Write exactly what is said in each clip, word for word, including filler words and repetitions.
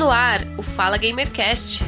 no ar o Fala Gamercast.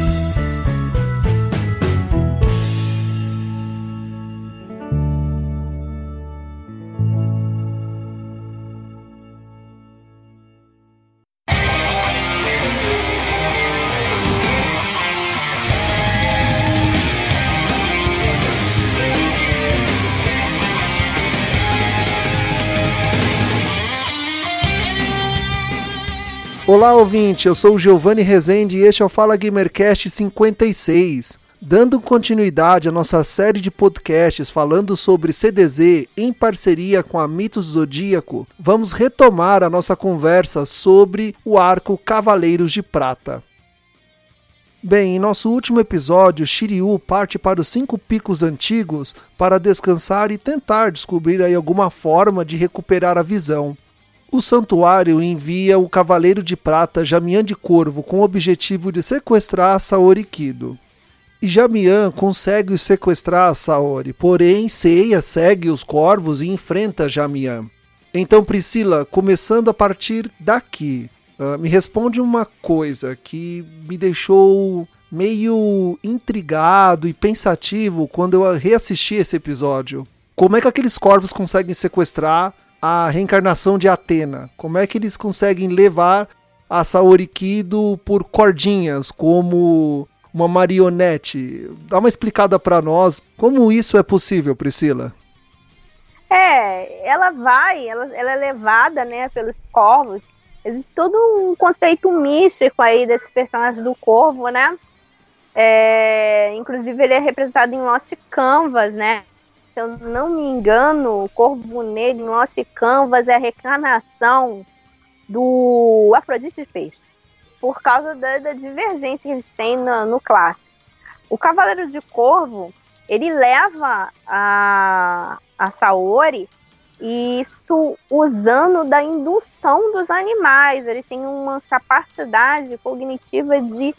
Olá, ouvinte, eu sou o Giovanni Rezende e este é o Fala Gamercast cinquenta e seis. Dando continuidade à nossa série de podcasts falando sobre C D Z em parceria com a Mitos Zodíaco, vamos retomar a nossa conversa sobre o arco Cavaleiros de Prata. Bem, em nosso último episódio, Shiryu parte para os Cinco Picos Antigos para descansar e tentar descobrir aí alguma forma de recuperar a visão. O santuário envia o Cavaleiro de Prata Jamian de Corvo com o objetivo de sequestrar Saori Kido. E Jamian consegue sequestrar a Saori, porém Seiya segue os corvos e enfrenta Jamian. Então, Priscila, começando a partir daqui, uh, me responde uma coisa que me deixou meio intrigado e pensativo quando eu reassisti esse episódio. Como é que aqueles corvos conseguem sequestrar a reencarnação de Atena? Como é que eles conseguem levar a Saori Kido por cordinhas, como uma marionete? Dá uma explicada para nós como isso é possível, Priscila. É, ela vai, ela, ela é levada, né, pelos corvos. Existe todo um conceito místico aí desses personagens do corvo, né? É, inclusive ele é representado em Lost Canvas, né? Se eu não me engano, o Corvo Negro em Lost Canvas é a reencarnação do Afrodite de Peixe, por causa da, da divergência que eles têm no, no clássico. O Cavaleiro de Corvo, ele leva a, a Saori, e isso usando da indução dos animais. Ele tem uma capacidade cognitiva de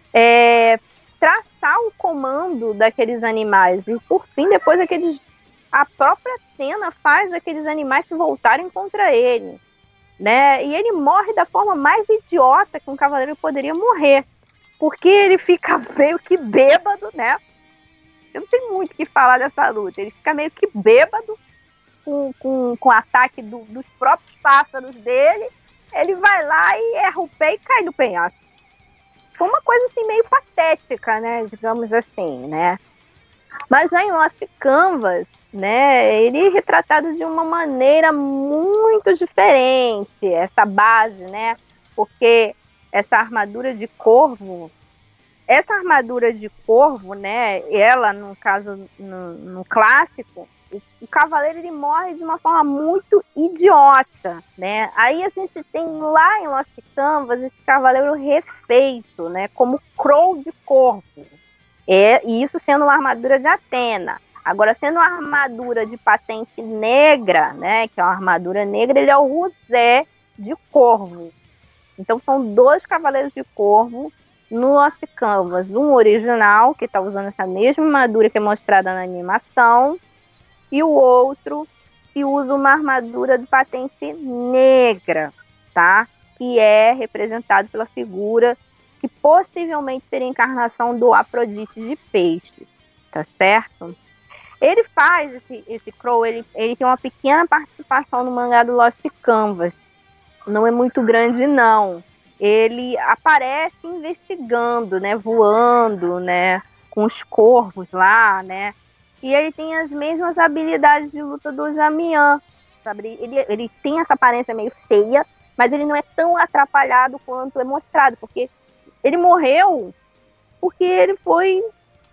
é, traçar o comando daqueles animais. E por fim, depois aqueles, a própria Atena faz aqueles animais se voltarem contra ele, né? E ele morre da forma mais idiota que um cavaleiro poderia morrer, porque ele fica meio que bêbado, né? Eu não tenho muito o que falar dessa luta. Ele fica meio que bêbado com, com, com o ataque do, dos próprios pássaros dele. Ele vai lá e erra o pé e cai do penhasco. Foi uma coisa assim meio patética, né, digamos assim, né? Mas já em Lost Canvas, né, ele é retratado de uma maneira muito diferente, essa base, né? Porque essa armadura de corvo, essa armadura de corvo, né, ela, no caso, no, no clássico, o, o cavaleiro ele morre de uma forma muito idiota, né? Aí a gente tem lá em Lost Canvas esse cavaleiro refeito, né, como Crow de corvo, é, e isso sendo uma armadura de Atena. Agora, sendo uma armadura de patente negra, né, que é uma armadura negra, ele é o Rosé de corvo. Então são dois cavaleiros de corvo no Lost Canvas, um original, que está usando essa mesma armadura que é mostrada na animação, e o outro que usa uma armadura de patente negra, tá? Que é representado pela figura que possivelmente seria a encarnação do Afrodite de Peixe, tá certo? Ele faz, esse, esse Crow, ele, ele tem uma pequena participação no mangá do Lost Canvas, não é muito grande não. Ele aparece investigando, né, voando, né, com os corvos lá, né? E ele tem as mesmas habilidades de luta do Jamian, sabe? Ele, ele tem essa aparência meio feia, mas ele não é tão atrapalhado quanto é mostrado, porque ele morreu porque ele foi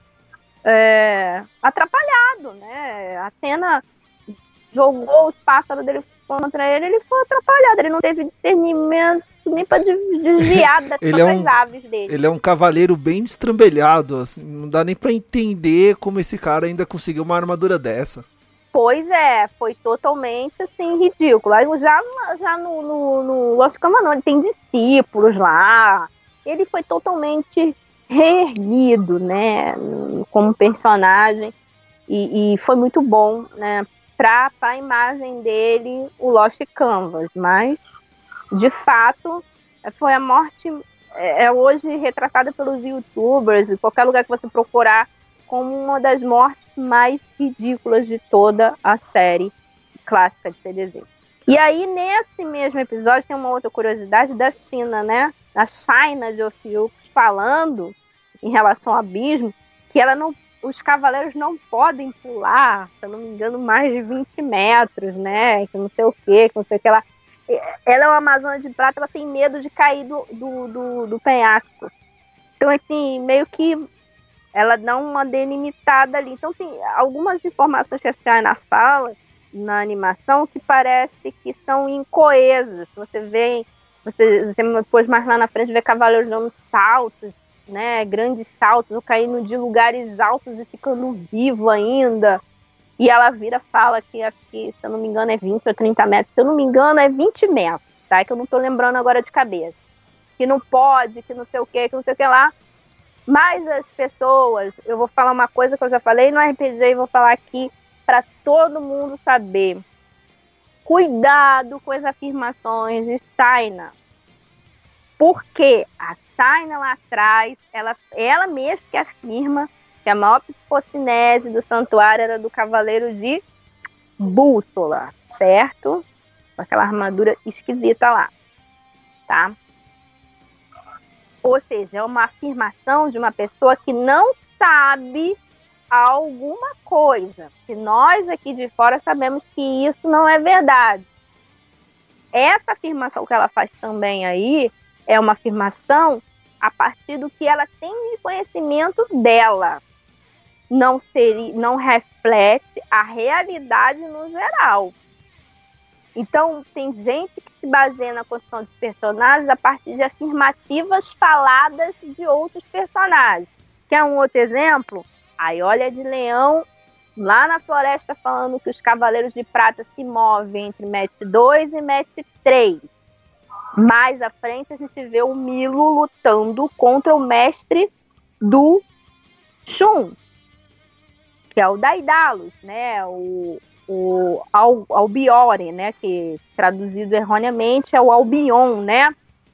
é, atrapalhado, né? A Atena jogou os pássaros dele contra ele, ele foi atrapalhado, ele não teve discernimento nem para desviar das ele próprias é um, aves dele. Ele é um cavaleiro bem destrambelhado, assim, não dá nem para entender como esse cara ainda conseguiu uma armadura dessa. Pois é, foi totalmente assim, ridículo. Aí já, já no, no, no Lost Canvas não, ele tem discípulos lá, ele foi totalmente reerguido, né, como personagem, e, e foi muito bom, né, para a imagem dele, o Lost Canvas, mas de fato foi a morte é, é hoje retratada pelos youtubers, em qualquer lugar que você procurar, como uma das mortes mais ridículas de toda a série clássica de C D Z. E aí, nesse mesmo episódio, tem uma outra curiosidade da China, né? A China de Ophiuchus falando em relação ao abismo, que ela não, os cavaleiros não podem pular, se eu não me engano, mais de vinte metros, né? Que não sei o quê, que não sei o que lá. Ela é uma Amazona de Prata, ela tem medo de cair do, do, do, do penhasco. Então, assim, meio que ela dá uma delimitada ali. Então, tem algumas informações que a China fala na animação que parece que são incoesas. Você vê, você, você depois mais lá na frente vê cavaleiros dando saltos, né, grandes saltos, ou caindo de lugares altos e ficando vivo ainda. E ela vira fala que, acho que, se eu não me engano, é vinte ou trinta metros. Se eu não me engano, é vinte metros, tá? Que eu não tô lembrando agora de cabeça. Que não pode, que não sei o que, que não sei o que lá. Mas as pessoas, eu vou falar uma coisa que eu já falei no R P G e vou falar aqui para todo mundo saber. Cuidado com as afirmações de China. Porque a China lá atrás, ela, ela mesma que afirma que a maior psicocinese do santuário era do Cavaleiro de Bússola, certo? Com aquela armadura esquisita lá, tá? Ou seja, é uma afirmação de uma pessoa que não sabe alguma coisa, que nós aqui de fora sabemos que isso não é verdade. Essa afirmação que ela faz também aí é uma afirmação a partir do que ela tem de conhecimento dela. Não, seria, não reflete a realidade no geral. Então, tem gente que se baseia na construção de personagens a partir de afirmativas faladas de outros personagens. Quer um outro exemplo? Aí olha de Leão, lá na floresta, falando que os Cavaleiros de Prata se movem entre metro dois e metro três. Mais à frente, a gente vê o Milo lutando contra o mestre do Shun, que é o Daedalus, né? O, o Al, Albiore, né? Que traduzido erroneamente é o Albion, né?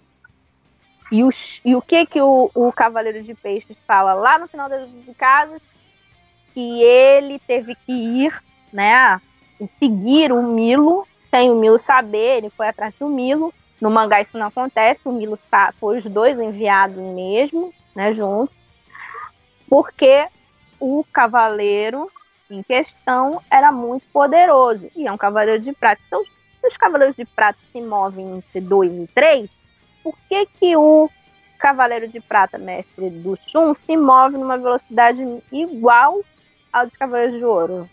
E o, e o que, que o, o Cavaleiro de Peixes fala lá no final das casas? Que ele teve que ir, né, seguir o Milo, sem o Milo saber, ele foi atrás do Milo. No mangá isso não acontece, o Milo tá, foi os dois enviados mesmo, né, juntos, porque o cavaleiro em questão era muito poderoso, e é um cavaleiro de prata. Então, se os cavaleiros de prata se movem entre dois e três, por que que o Cavaleiro de Prata, mestre do Shun, se move numa velocidade igual ao dos Cavaleiros de Ouro,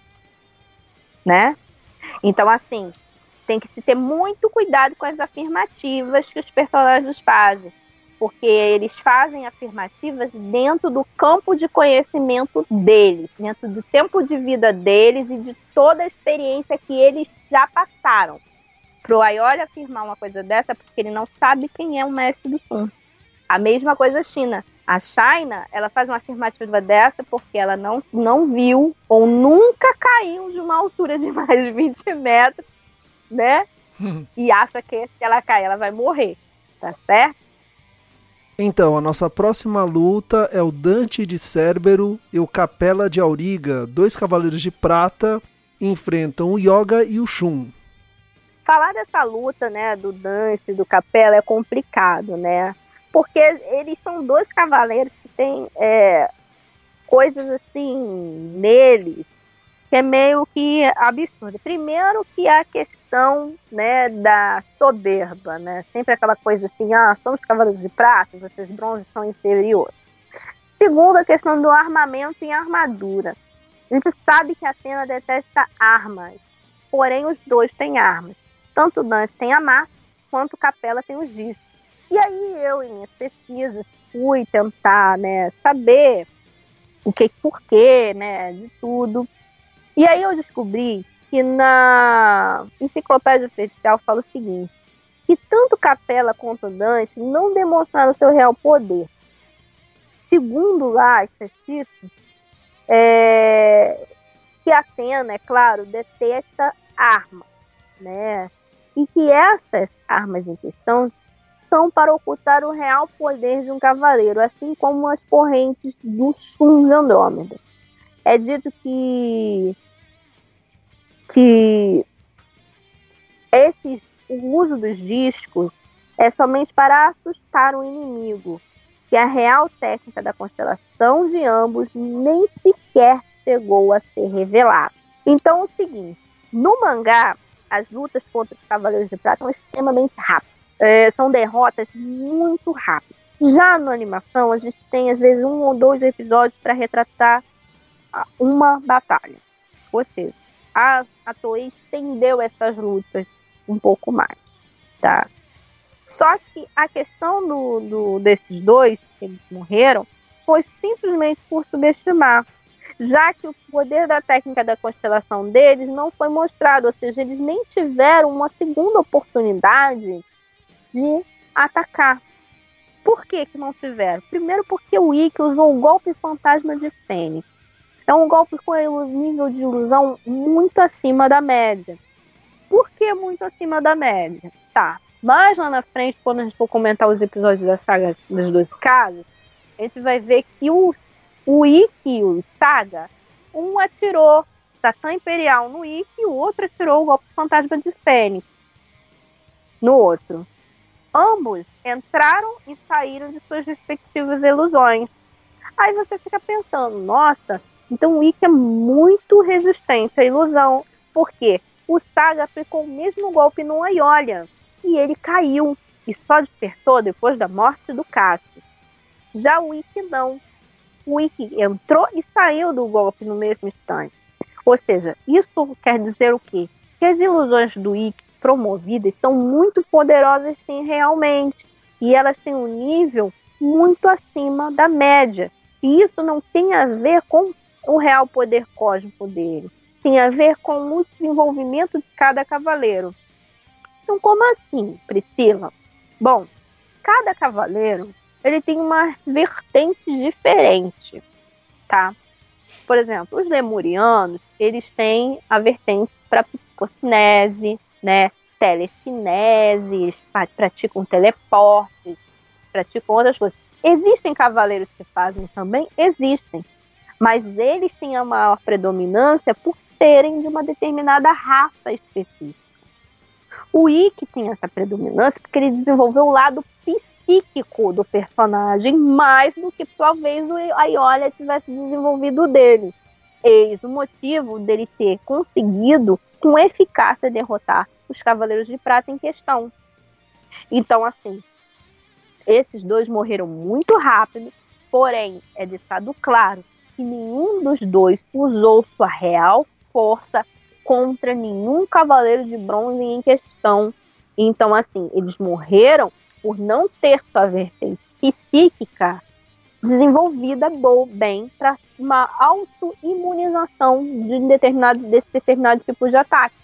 né? Então, assim, tem que se ter muito cuidado com as afirmativas que os personagens fazem, porque eles fazem afirmativas dentro do campo de conhecimento deles, dentro do tempo de vida deles e de toda a experiência que eles já passaram. Pro Aioli afirmar uma coisa dessa, porque ele não sabe quem é o mestre do Shun. A mesma coisa a China. A China, ela faz uma afirmativa dessa porque ela não, não viu ou nunca caiu de uma altura de mais de vinte metros, né? E acha que se ela cair, ela vai morrer. Tá certo? Então, a nossa próxima luta é o Dante de Cérbero e o Capela de Auriga. Dois cavaleiros de prata enfrentam o Yoga e o Shun. Falar dessa luta, né, do Dante e do Capela é complicado, né? Porque eles são dois cavaleiros que têm é, coisas assim neles que é meio que absurdo. Primeiro que a questão, né, da soberba, né? Sempre aquela coisa assim, ah, somos cavaleiros de prata, vocês bronzes são inferiores. Segundo, a questão do armamento e armadura. A gente sabe que a Athena detesta armas, porém os dois têm armas. Tanto o Dante tem a massa, quanto o Capela tem o giz. E aí eu, em pesquisas, fui tentar, né, saber o que, porquê, né, de tudo. E aí eu descobri que na Enciclopédia Oficial fala o seguinte, que tanto Capela quanto Dante não demonstraram seu real poder. Segundo lá, específico, é, que Athena, é claro, detesta armas, né? E que essas armas em questão são para ocultar o real poder de um cavaleiro, assim como as correntes do Shun de Andrômeda. É dito que, que esses, o uso dos discos é somente para assustar o inimigo, que a real técnica da constelação de ambos nem sequer chegou a ser revelada. Então é o seguinte, no mangá, as lutas contra os Cavaleiros de Prata são extremamente rápidas. É, são derrotas muito rápidas. Já na animação, a gente tem às vezes um ou dois episódios para retratar uma batalha. Ou seja, a, a Toei estendeu essas lutas um pouco mais. Tá? Só que a questão do, do, desses dois, que eles morreram, foi simplesmente por subestimar. Já que o poder da técnica da constelação deles não foi mostrado, ou seja, eles nem tiveram uma segunda oportunidade de atacar. Por que que não tiveram? Primeiro porque o Ikki usou o golpe fantasma de Fênix. É um golpe com um nível de ilusão muito acima da média. Por que muito acima da média? Tá, mas lá na frente, quando a gente for comentar os episódios da saga das doze casas, a gente vai ver que o O Ikki e o Saga, um atirou Satã Imperial no Ikki e o outro atirou o golpe fantasma de Fênix no outro. Ambos entraram e saíram de suas respectivas ilusões. Aí você fica pensando, nossa, então o Ikki é muito resistente à ilusão. Por quê? O Saga aplicou o mesmo golpe no Aiolia e ele caiu e só despertou depois da morte do Cassius. Já o Ikki não. O Ikki entrou e saiu do golpe no mesmo instante. Ou seja, isso quer dizer o quê? Que as ilusões do Ikki promovidas são muito poderosas sim, realmente. E elas têm um nível muito acima da média. E isso não tem a ver com o real poder cósmico dele. Tem a ver com o desenvolvimento de cada cavaleiro. Então, como assim, Priscila? Bom, cada cavaleiro ele tem uma vertente diferente, tá? Por exemplo, os lemurianos, eles têm a vertente para psicocinese, né? Telecinese, eles praticam teleportes, praticam outras coisas. Existem cavaleiros que fazem também? Existem. Mas eles têm a maior predominância por serem de uma determinada raça específica. O Ikki tem essa predominância porque ele desenvolveu o lado psíquico do personagem mais do que talvez o Aiolia tivesse desenvolvido dele. Eis o motivo dele ter conseguido com eficácia derrotar os Cavaleiros de Prata em questão. Então, assim, esses dois morreram muito rápido, porém é deixado claro que nenhum dos dois usou sua real força contra nenhum Cavaleiro de Bronze em questão. Então, assim, eles morreram por não ter sua vertente psíquica desenvolvida bem para uma auto-imunização de um determinado, desse determinado tipo de ataque.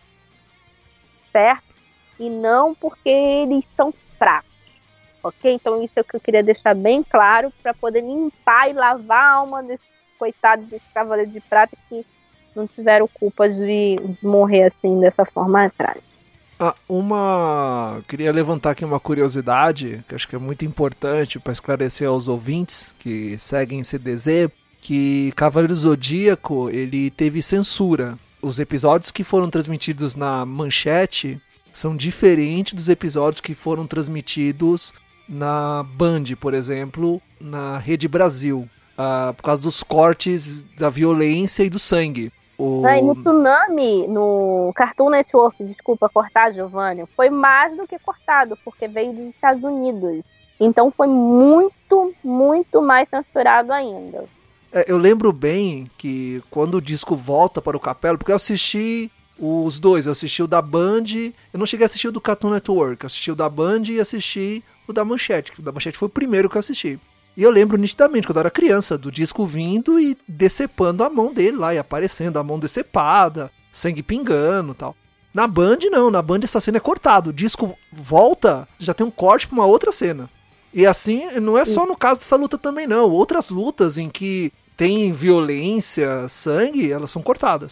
Certo? E não porque eles são fracos. Ok? Então isso é o que eu queria deixar bem claro para poder limpar e lavar a alma desses coitados desses Cavaleiros de Prata que não tiveram culpa de, de morrer assim, dessa forma atrás. Ah, uma... Queria levantar aqui uma curiosidade, que acho que é muito importante para esclarecer aos ouvintes que seguem C D Z, que Cavaleiro Zodíaco, ele teve censura. Os episódios que foram transmitidos na Manchete são diferentes dos episódios que foram transmitidos na Band, por exemplo, na Rede Brasil, ah, por causa dos cortes da violência e do sangue. O... Ah, e no Tsunami, no Cartoon Network, desculpa cortar, Giovanni, foi mais do que cortado, porque veio dos Estados Unidos. Então foi muito, muito mais censurado ainda. É, eu lembro bem que quando o disco volta para o Capelo, porque eu assisti os dois, eu assisti o da Band, eu não cheguei a assistir o do Cartoon Network, eu assisti o da Band e assisti o da Manchete, que o da Manchete foi o primeiro que eu assisti. E eu lembro nitidamente, quando eu era criança, do disco vindo e decepando a mão dele lá, e aparecendo a mão decepada, sangue pingando e tal. Na Band, não, na Band essa cena é cortada, o disco volta, já tem um corte pra uma outra cena. E assim, não é só no caso dessa luta também não, outras lutas em que tem violência, sangue, elas são cortadas.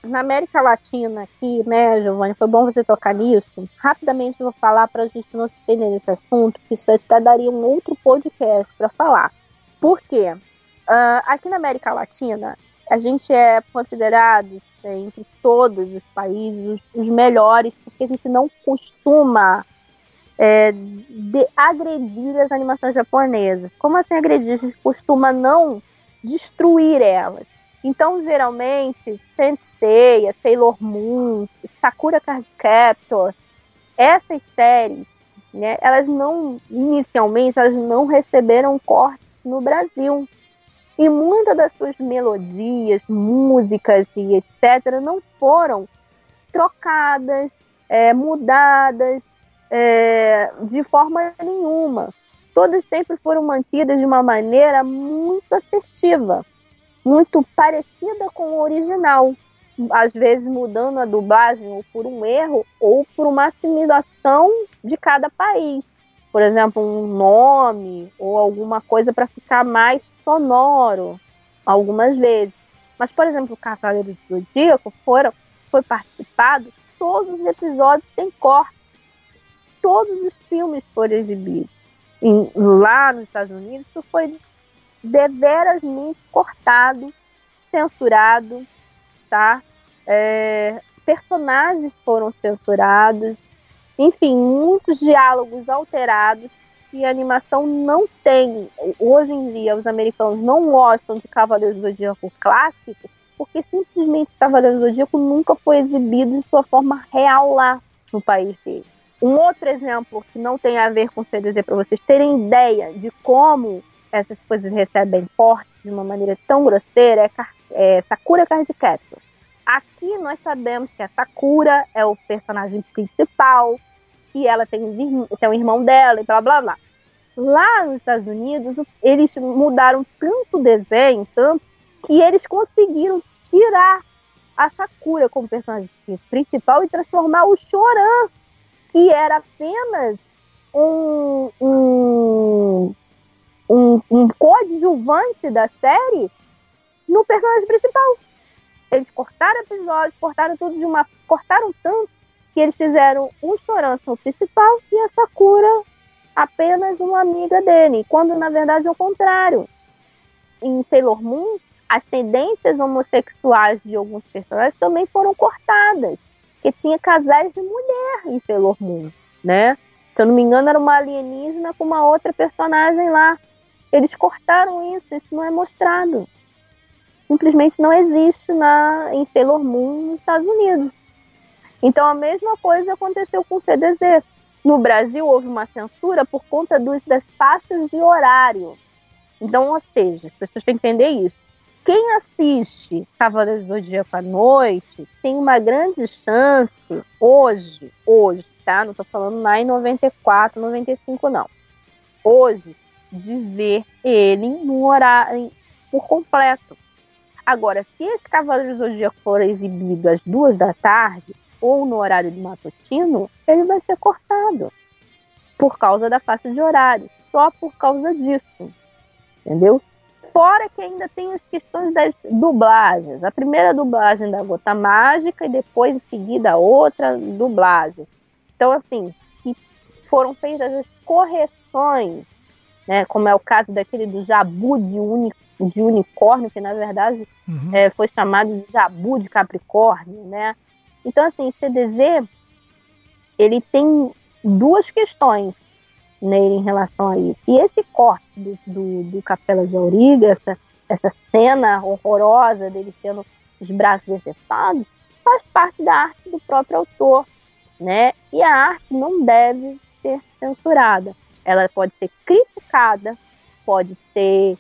na América Latina aqui, né, Giovanni, foi bom você tocar nisso. Rapidamente eu vou falar para a gente não se estender nesse assunto, que isso até daria um outro podcast para falar. Por quê? Uh, aqui na América Latina, a gente é considerado, é, entre todos os países, os, os melhores, porque a gente não costuma é, de, agredir as animações japonesas. Como assim agredir? A gente costuma não destruir elas. Então, geralmente, Senseiya, Sailor Moon, Sakura Card Captor, essas séries, né, elas não, inicialmente, elas não receberam corte no Brasil. E muitas das suas melodias, músicas e etcétera não foram trocadas, é, mudadas é, de forma nenhuma. Todas sempre foram mantidas de uma maneira muito assertiva, muito parecida com o original, às vezes mudando a dublagem ou por um erro ou por uma assimilação de cada país. Por exemplo, um nome ou alguma coisa para ficar mais sonoro, algumas vezes. Mas, por exemplo, o Cavaleiros do Zodíaco foram, foi participado, todos os episódios têm corte. Todos os filmes foram exibidos. E lá nos Estados Unidos, isso foi deverasmente cortado, censurado, tá? É, personagens foram censurados, enfim, muitos diálogos alterados, e a animação não tem. Hoje em dia, os americanos não gostam de Cavaleiros do Zodíaco clássico, porque simplesmente Cavaleiros do Zodíaco nunca foi exibido em sua forma real lá no país dele. Um outro exemplo que não tem a ver com C D Z, para vocês terem ideia de como essas coisas recebem corte de uma maneira tão grosseira, é, é Sakura Card Captor. Aqui nós sabemos que a Sakura é o personagem principal, e ela tem, tem um irmão dela, e blá blá blá. Lá nos Estados Unidos, eles mudaram tanto o desenho, tanto, que eles conseguiram tirar a Sakura como personagem principal e transformar o Choran, que era apenas um, um, um, um coadjuvante da série, no personagem principal. Eles cortaram episódios, cortaram tudo de uma... cortaram tanto que eles fizeram o Choran o principal e a Sakura apenas uma amiga dele, quando na verdade é o contrário. Em Sailor Moon, as tendências homossexuais de alguns personagens também foram cortadas, porque tinha casais de mulher em Sailor Moon, né? Se eu não me engano, era uma alienígena com uma outra personagem lá. Eles cortaram isso, isso não é mostrado. Simplesmente não existe na, em Sailor Moon nos Estados Unidos. Então a mesma coisa aconteceu com o C D Z. No Brasil houve uma censura por conta dos, das faixas de horário. Então, ou seja, as pessoas têm que entender isso. Quem assiste Cavaleiros do Zodíaco à noite tem uma grande chance, hoje, hoje, tá? Não estou falando lá em noventa e quatro, noventa e cinco, não. Hoje, de ver ele no horário por completo. Agora, se esse Cavaleiros do Zodíaco for exibido às duas da tarde, ou no horário de matutino, ele vai ser cortado. Por causa da faixa de horário. Só por causa disso. Entendeu? Fora que ainda tem as questões das dublagens. A primeira dublagem da Gota Mágica e depois em seguida a outra dublagem. Então, assim, que foram feitas as correções, né, como é o caso daquele do Jabu de, uni, de unicórnio, que na verdade uhum. é, foi chamado de Jabu de Capricórnio, né? Então, assim, C D Z, ele tem duas questões nele em relação a isso. E esse corte do, do, do Capela de Auriga, essa, essa cena horrorosa dele tendo os braços decepados, faz parte da arte do próprio autor, né? E a arte não deve ser censurada. Ela pode ser criticada, pode ser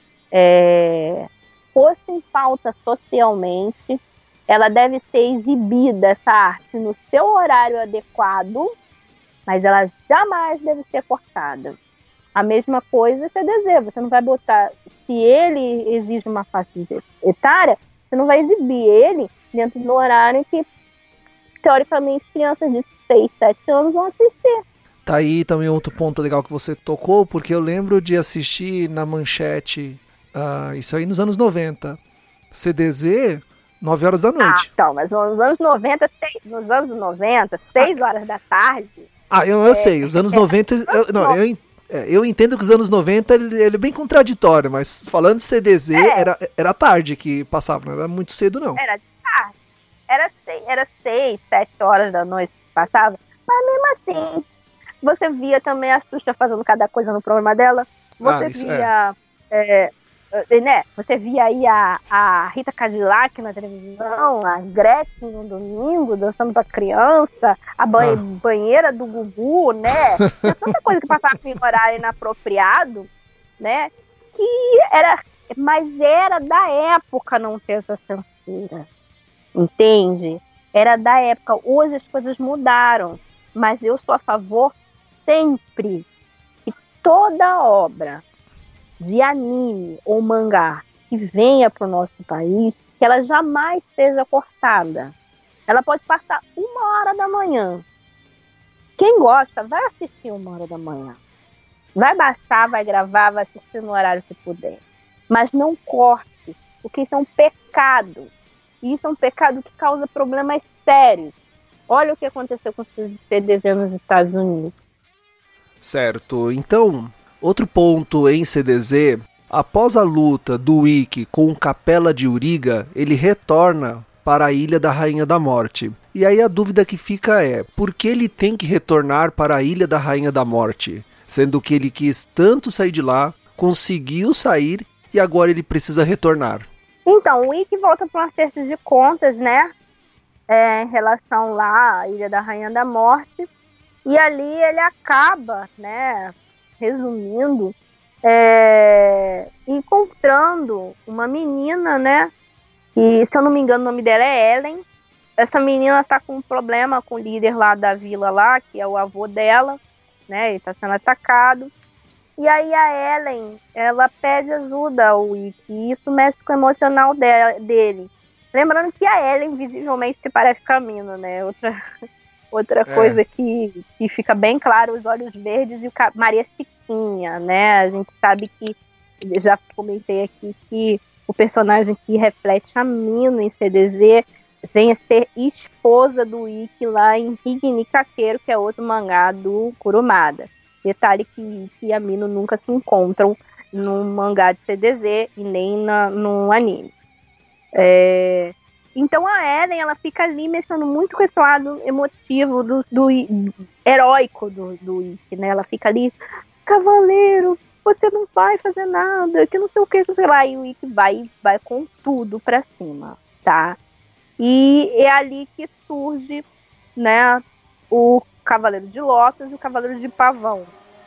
é, posta em pauta socialmente. Ela deve ser exibida, essa arte, no seu horário adequado, mas ela jamais deve ser cortada. A mesma coisa C D Z, você não vai botar, se ele exige uma faixa etária, você não vai exibir ele dentro do horário que, teoricamente, crianças de seis, sete anos vão assistir. Tá aí também outro ponto legal que você tocou, porque eu lembro de assistir na Manchete, uh, isso aí nos anos noventa, C D Z... nove horas da noite. Ah, então, mas nos anos noventa, seis, nos anos noventa, seis ah. horas da tarde... Ah, eu, eu é, sei, os anos é, noventa... Eu, não, eu, eu entendo que os anos noventa ele, ele é bem contraditório, mas falando de C D Z, é. era, era tarde que passava, não era muito cedo, não. Era tarde. Era seis, era seis, sete horas da noite que passava, mas mesmo assim, você via também a Xuxa fazendo cada coisa no programa dela, você ah, via... É. É, né? Você via aí a, a Rita Cadillac na televisão, a Gretchen no domingo, dançando pra criança, a banhe- ah. banheira do Gugu, né? Tinha tanta coisa que passava em horário inapropriado, né? Que era... Mas era da época não ter essa censura. Entende? Era da época. Hoje as coisas mudaram. Mas eu sou a favor sempre que toda obra de anime ou mangá que venha para o nosso país, que ela jamais seja cortada. Ela pode passar uma hora da manhã. Quem gosta, vai assistir uma hora da manhã. Vai baixar, vai gravar, vai assistir no horário que puder. Mas não corte, porque isso é um pecado. E isso é um pecado que causa problemas sérios. Olha o que aconteceu com os C D Z nos Estados Unidos. Certo, então... Outro ponto em C D Z, após a luta do Ikki com o Capela de Uriga, ele retorna para a Ilha da Rainha da Morte. E aí a dúvida que fica é, por que ele tem que retornar para a Ilha da Rainha da Morte? Sendo que ele quis tanto sair de lá, conseguiu sair e agora ele precisa retornar. Então, o Ikki volta para um acerto de contas, né? É, em relação lá à Ilha da Rainha da Morte. E ali ele acaba, né... resumindo, é, encontrando uma menina, né? E, se eu não me engano, o nome dela é Ellen. Essa menina tá com um problema com o líder lá da vila lá, que é o avô dela, né? Ele tá sendo atacado. E aí a Ellen, ela pede ajuda ao Ikki, e isso mexe com o emocional de, dele. Lembrando que a Ellen visivelmente se parece com a Mina, né? Outra... Outra coisa é. que, que fica bem claro, os olhos verdes e o Maria Chiquinha, né? A gente sabe que, já comentei aqui, que o personagem que reflete a Mina em C D Z vem a ser esposa do Ikki lá em Higini Kakeru, que é outro mangá do Kurumada. Detalhe que Ikki e a Mina nunca se encontram no mangá de C D Z e nem na, no anime. É... Então a Eren, ela fica ali mexendo muito com esse lado emotivo, do, do heróico do, do Ikki, né? Ela fica ali, cavaleiro, você não vai fazer nada, que não sei o que, sei lá, e o Ikki vai, vai com tudo pra cima, tá? E é ali que surge, né, o Cavaleiro de Lótus e o Cavaleiro de Pavão,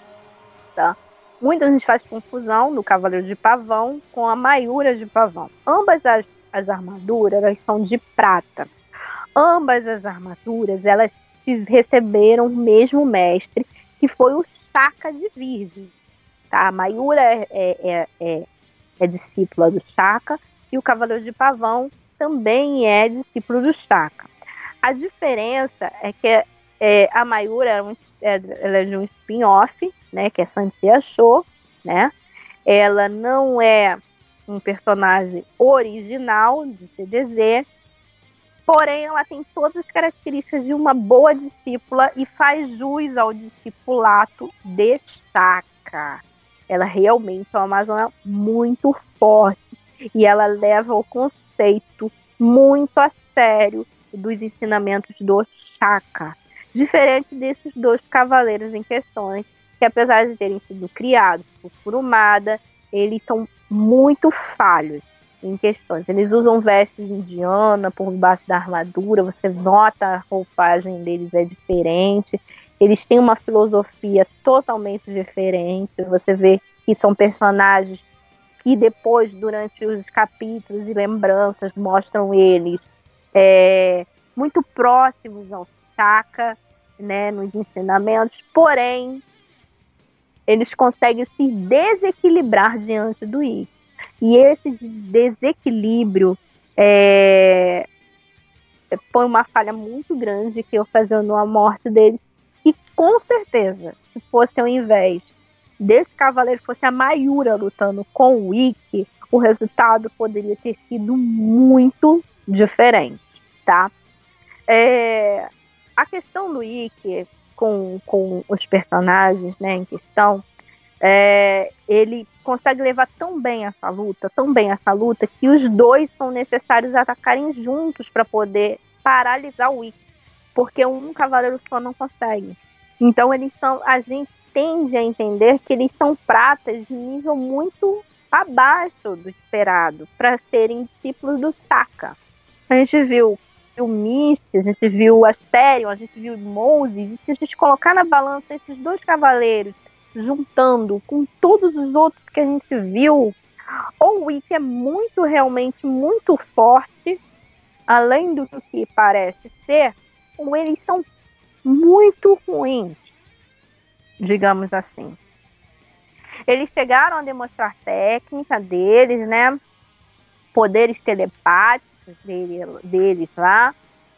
tá? Muita gente faz confusão no Cavaleiro de Pavão com a Mayura de Pavão. Ambas as As armaduras, elas são de prata. Ambas as armaduras, elas receberam o mesmo mestre, que foi o Shaka de Virgem. Tá? A Mayura é, é, é, é discípula do Shaka e o Cavaleiro de Pavão também é discípulo do Shaka. A diferença é que é, a Mayura é, um, é, ela é de um spin-off, né, que é Santia Show, né? Ela não é um personagem original de C D Z, porém ela tem todas as características de uma boa discípula e faz jus ao discipulato de Shaka. Ela realmente é uma Amazônia muito forte e ela leva o conceito muito a sério dos ensinamentos do Shaka, diferente desses dois cavaleiros em questões, que apesar de terem sido criados por Kurumada, eles são muito falhos em questões. Eles usam vestes indianas por baixo da armadura, você nota a roupagem deles é diferente, eles têm uma filosofia totalmente diferente, você vê que são personagens que depois, durante os capítulos e lembranças, mostram eles é, muito próximos ao Shaka, né, nos ensinamentos, porém eles conseguem se desequilibrar diante do Ikki. E esse desequilíbrio é, põe uma falha muito grande que ocasionou a morte deles. E com certeza, se fosse ao invés desse cavaleiro, fosse a Mayura lutando com o Ikki, o resultado poderia ter sido muito diferentes, tá? É, a questão do Ikki com, com os personagens, né, em questão, é, ele consegue levar tão bem essa luta, tão bem essa luta, que os dois são necessários atacarem juntos para poder paralisar o Ikki, porque um cavaleiro só não consegue. Então eles são, a gente tende a entender que eles são pratas de nível muito abaixo do esperado para serem discípulos do Sokka. A gente viu o Misty, a gente viu o Asterion, a gente viu o Moses, e se a gente colocar na balança esses dois cavaleiros, juntando com todos os outros que a gente viu, o Ikki é muito, realmente muito forte, além do que parece ser, ou eles são muito ruins, digamos assim. Eles chegaram a demonstrar técnica deles, né? Poderes telepáticos dele, deles lá.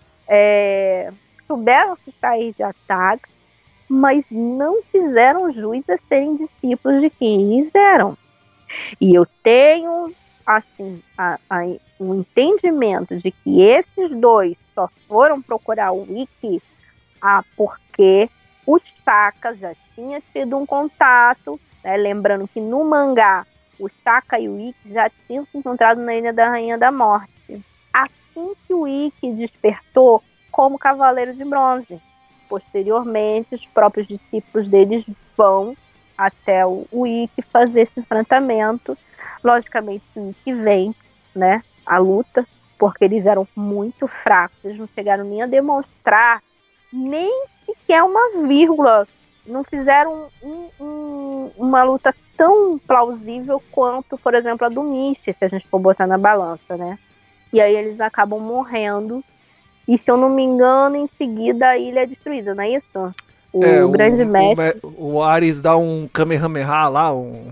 É, souberam se sair de ataques, mas não fizeram jus a serem discípulos de quem eles eram. E eu tenho, assim, a, a, o entendimento de que esses dois só foram procurar o Ikki ah, porque o Sokka já tinha tido um contato, né? Lembrando que no mangá o Sokka e o Ikki já tinham se encontrado na Ilha da Rainha da Morte. Assim que o Ikki despertou como Cavaleiro de Bronze. Posteriormente, os próprios discípulos deles vão até o, o Ikki fazer esse enfrentamento. Logicamente, o Ikki vence, né, a luta, porque eles eram muito fracos, eles não chegaram nem a demonstrar nem sequer uma vírgula, não fizeram um, um, uma luta tão plausível quanto, por exemplo, a do Misty, se a gente for botar na balança, né? E aí eles acabam morrendo, e se eu não me engano, em seguida a ilha é destruída, não é isso? O, é, o grande o, mestre. O, o Ares dá um Kamehameha lá, um.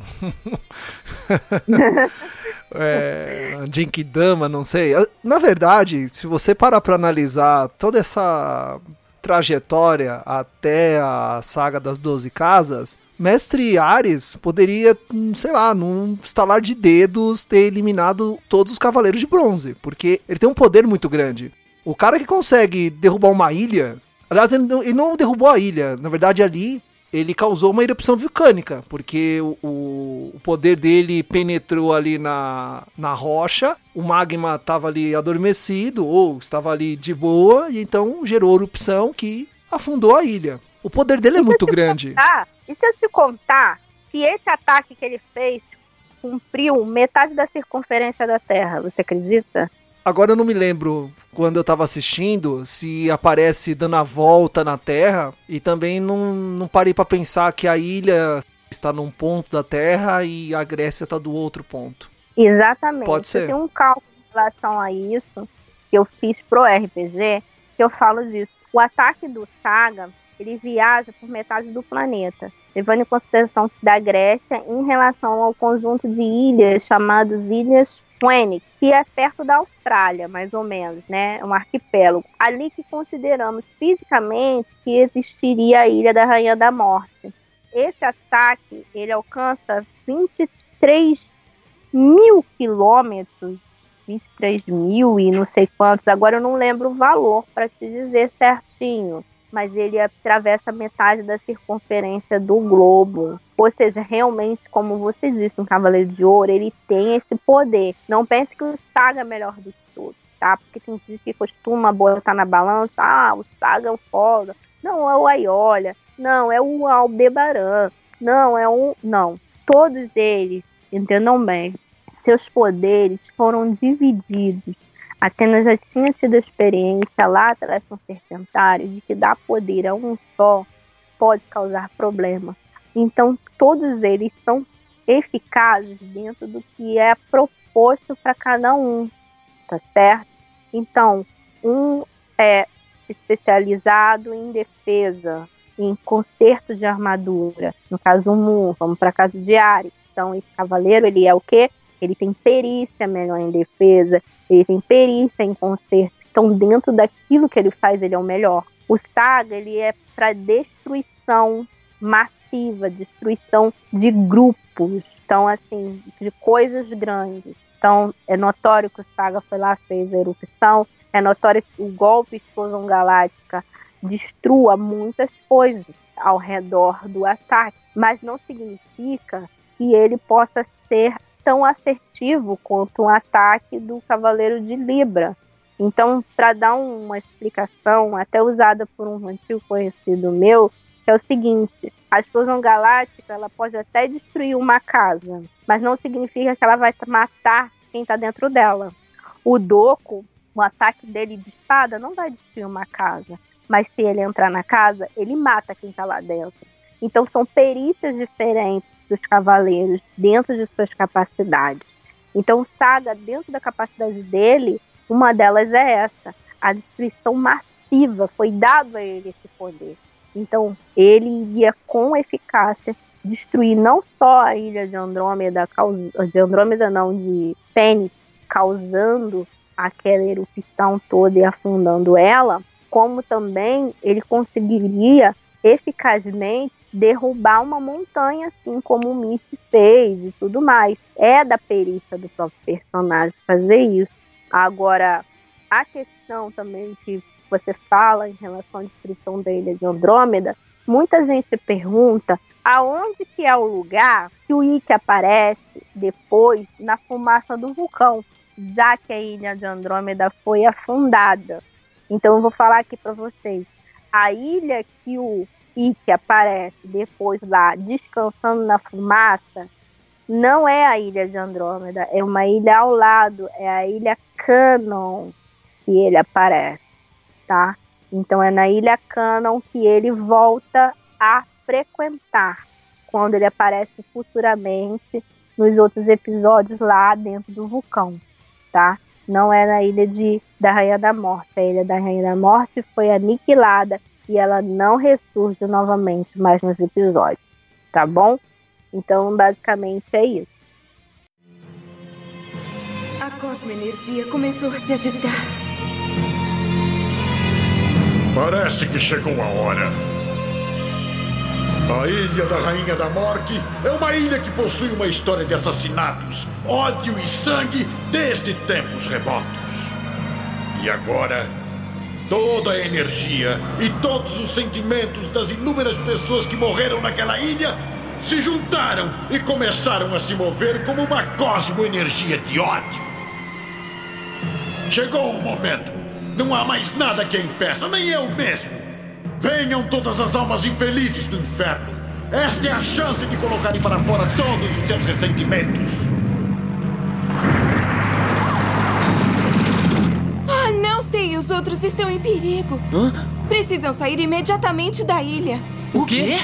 é, Genkidama, não sei. Na verdade, se você parar pra analisar toda essa trajetória até a saga das doze casas, Mestre Ares poderia, sei lá, num estalar de dedos, ter eliminado todos os Cavaleiros de Bronze, porque ele tem um poder muito grande. O cara que consegue derrubar uma ilha, aliás, ele não, ele não derrubou a ilha, na verdade ali ele causou uma erupção vulcânica, porque o, o poder dele penetrou ali na, na rocha, o magma estava ali adormecido, ou estava ali de boa, e então gerou erupção que afundou a ilha. O poder dele é muito grande. Contar, e se eu te contar que esse ataque que ele fez cumpriu metade da circunferência da Terra, você acredita? Agora eu não me lembro, quando eu estava assistindo, se aparece dando a volta na Terra, e também não, não parei para pensar que a ilha está num ponto da Terra e a Grécia está do outro ponto. Exatamente. Pode ser. Tem um cálculo em relação a isso que eu fiz pro R P G, que eu falo disso. O ataque do Saga, ele viaja por metade do planeta, levando em consideração da Grécia em relação ao conjunto de ilhas chamados Ilhas Phoenix, que é perto da Austrália, mais ou menos, né? Um arquipélago. Ali que consideramos fisicamente que existiria a Ilha da Rainha da Morte. Esse ataque, ele alcança vinte e três mil quilômetros, vinte e três mil e não sei quantos, agora eu não lembro o valor para te dizer certinho, mas ele atravessa metade da circunferência do globo. Ou seja, realmente, como você disse, um Cavaleiro de Ouro, ele tem esse poder. Não pense que o Saga é melhor do que todos, tá? Porque tem gente que costuma botar na balança, ah, o Saga é o foda. Não, é o Aiolia. Não, é o Aldebaran. Não, é o... Não. Todos eles, entendam bem, seus poderes foram divididos. Atenas já tinha tido a experiência lá atrás com o Serpentário de que dar poder a um só pode causar problema. Então, todos eles são eficazes dentro do que é proposto para cada um, tá certo? Então, um é especializado em defesa, em conserto de armadura. No caso, um Mu, vamos para caso de Ares. Então, esse cavaleiro, ele é o quê? Ele tem perícia melhor em defesa, ele tem perícia em conserto. Então, dentro daquilo que ele faz, ele é o melhor. O Saga, ele é para destruição massiva, destruição de grupos. Então, assim, de coisas grandes, Então, é notório que o Saga foi lá, fez a erupção, é notório que o golpe Explosão Galáctica destrua muitas coisas ao redor do ataque, mas não significa que ele possa ser tão assertivo quanto um ataque do Cavaleiro de Libra. Então, para dar uma explicação, até usada por um antigo conhecido meu, que é o seguinte: a explosão galáctica ela pode até destruir uma casa, mas não significa que ela vai matar quem está dentro dela. O Doko, o ataque dele de espada não vai destruir uma casa, mas se ele entrar na casa, ele mata quem está lá dentro. Então são perícias diferentes dos cavaleiros dentro de suas capacidades. Então o Saga, dentro da capacidade dele, uma delas é essa, a destruição massiva, foi dado a ele esse poder. Então ele iria com eficácia destruir não só a ilha de Andrômeda, de Andrômeda não, de Fênix, causando aquela erupção toda e afundando ela, como também ele conseguiria eficazmente derrubar uma montanha, assim como o Misty fez e tudo mais. É da perícia do próprio personagem fazer isso. Agora, a questão também que você fala em relação à destruição da ilha de Andrômeda, muita gente se pergunta aonde que é o lugar que o Ikki aparece depois na fumaça do vulcão, já que a ilha de Andrômeda foi afundada. Então eu vou falar aqui para vocês. A ilha que o Ikki aparece depois lá, descansando na fumaça, não é a ilha de Andrômeda, é uma ilha ao lado, é a ilha Canon que ele aparece, tá? Então é na ilha Canon que ele volta a frequentar, quando ele aparece futuramente nos outros episódios lá dentro do vulcão, tá? Não é na ilha de, da Rainha da Morte. A ilha da Rainha da Morte foi aniquilada e ela não ressurge novamente mais nos episódios, tá bom? Então, basicamente é isso. A cosmoenergia começou a se agitar. Parece que chegou a hora. A Ilha da Rainha da Morte é uma ilha que possui uma história de assassinatos, ódio e sangue desde tempos remotos. E agora, toda a energia e todos os sentimentos das inúmeras pessoas que morreram naquela ilha se juntaram e começaram a se mover como uma cosmoenergia de ódio. Chegou o momento. Não há mais nada que a impeça, nem eu mesmo. Venham todas as almas infelizes do inferno. Esta é a chance de colocarem para fora todos os seus ressentimentos. Ah, não sei, os outros estão em perigo. Hã? Precisam sair imediatamente da ilha. O quê?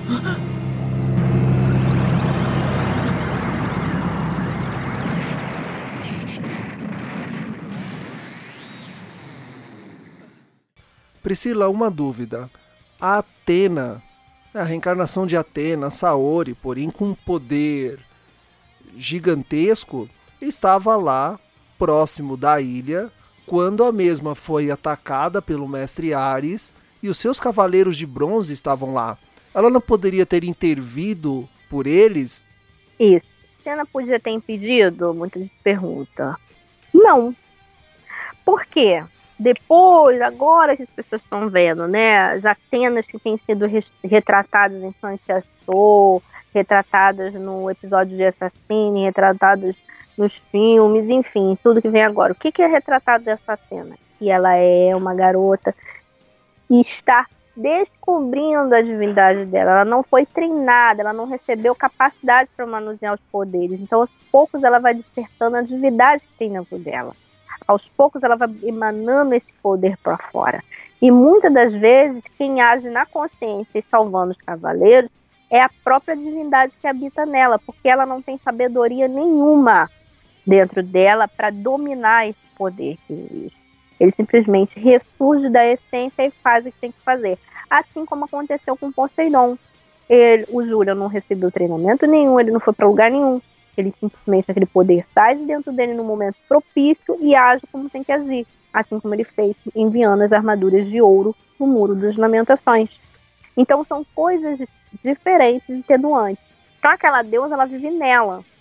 Priscila, uma dúvida. A Athena, a reencarnação de Athena, Saori, porém com um poder gigantesco, estava lá, próximo da ilha, quando a mesma foi atacada pelo mestre Ares e os seus cavaleiros de bronze estavam lá. Ela não poderia ter intervido por eles? Isso. Athena podia ter impedido? Muita gente pergunta. Não. Por quê? Depois, agora que as pessoas estão vendo, né, as Atenas que têm sido retratadas em Santiago, retratadas no episódio de Assassine, retratadas nos filmes, enfim, tudo que vem agora. O que, que é retratado dessa Atena? Que ela é uma garota que está descobrindo a divindade dela. Ela não foi treinada, ela não recebeu capacidade para manusear os poderes. Então, aos poucos, ela vai despertando a divindade que tem dentro dela. Aos poucos ela vai emanando esse poder para fora. E muitas das vezes quem age na consciência e salvando os cavaleiros é a própria divindade que habita nela, porque ela não tem sabedoria nenhuma dentro dela para dominar esse poder que existe. Ele simplesmente ressurge da essência e faz o que tem que fazer. Assim como aconteceu com Poseidon. Ele, o Julian não recebeu treinamento nenhum, ele não foi para lugar nenhum. Ele simplesmente, aquele poder sai de dentro dele no momento propício e age como tem que agir. Assim como ele fez enviando as armaduras de ouro no Muro das Lamentações. Então são coisas diferentes e atenuantes. Então aquela deusa, ela vive nela.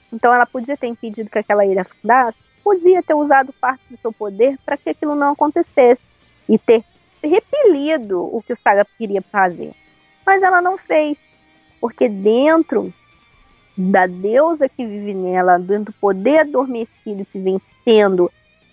Então ela podia ter impedido que aquela ilha afundasse, podia ter usado parte do seu poder para que aquilo não acontecesse e ter repelido o que o Saga queria fazer. Mas ela não fez, porque dentro da deusa que vive nela, dentro do poder adormecido que vem sendo